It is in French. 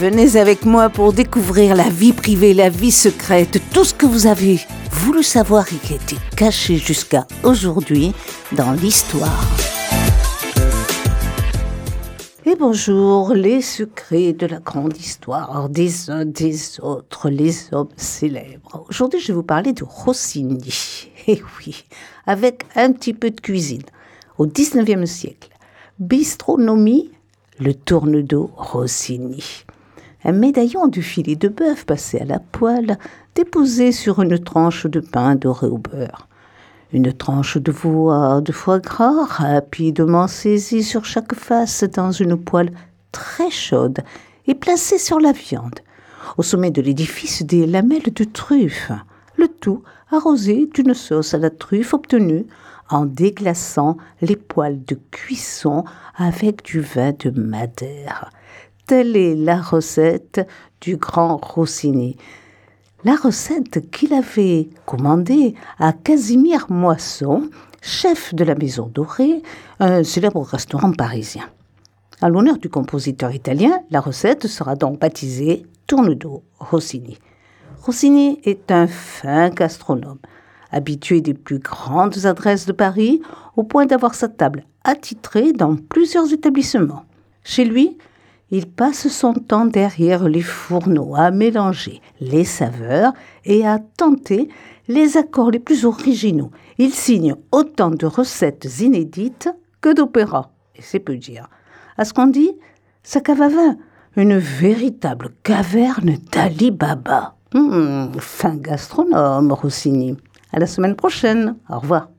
Venez avec moi pour découvrir la vie privée, la vie secrète, tout ce que vous avez voulu savoir et qui a été caché jusqu'à aujourd'hui dans l'histoire. Et bonjour, les secrets de la grande histoire des uns des autres, les hommes célèbres. Aujourd'hui, je vais vous parler de Rossini. Et oui, avec un petit peu de cuisine. Au XIXe siècle, bistronomie, le tourne-dos Rossini. Un médaillon du filet de bœuf passé à la poêle, déposé sur une tranche de pain doré au beurre. Une tranche de foie gras rapidement saisie sur chaque face dans une poêle très chaude et placée sur la viande. Au sommet de l'édifice, des lamelles de truffe. Le tout arrosé d'une sauce à la truffe obtenue en déglaçant les poêles de cuisson avec du vin de Madère. Telle est la recette du grand Rossini. La recette qu'il avait commandée à Casimir Moisson, chef de la Maison Dorée, un célèbre restaurant parisien. À l'honneur du compositeur italien, la recette sera donc baptisée Tourne-dos Rossini. Rossini est un fin gastronome, habitué des plus grandes adresses de Paris, au point d'avoir sa table attitrée dans plusieurs établissements. Chez lui, il passe son temps derrière les fourneaux à mélanger les saveurs et à tenter les accords les plus originaux. Il signe autant de recettes inédites que d'opéras, et c'est peu dire. À ce qu'on dit, sa cave à vin, une véritable caverne d'Ali Baba. Fin gastronome, Rossini. À la semaine prochaine. Au revoir.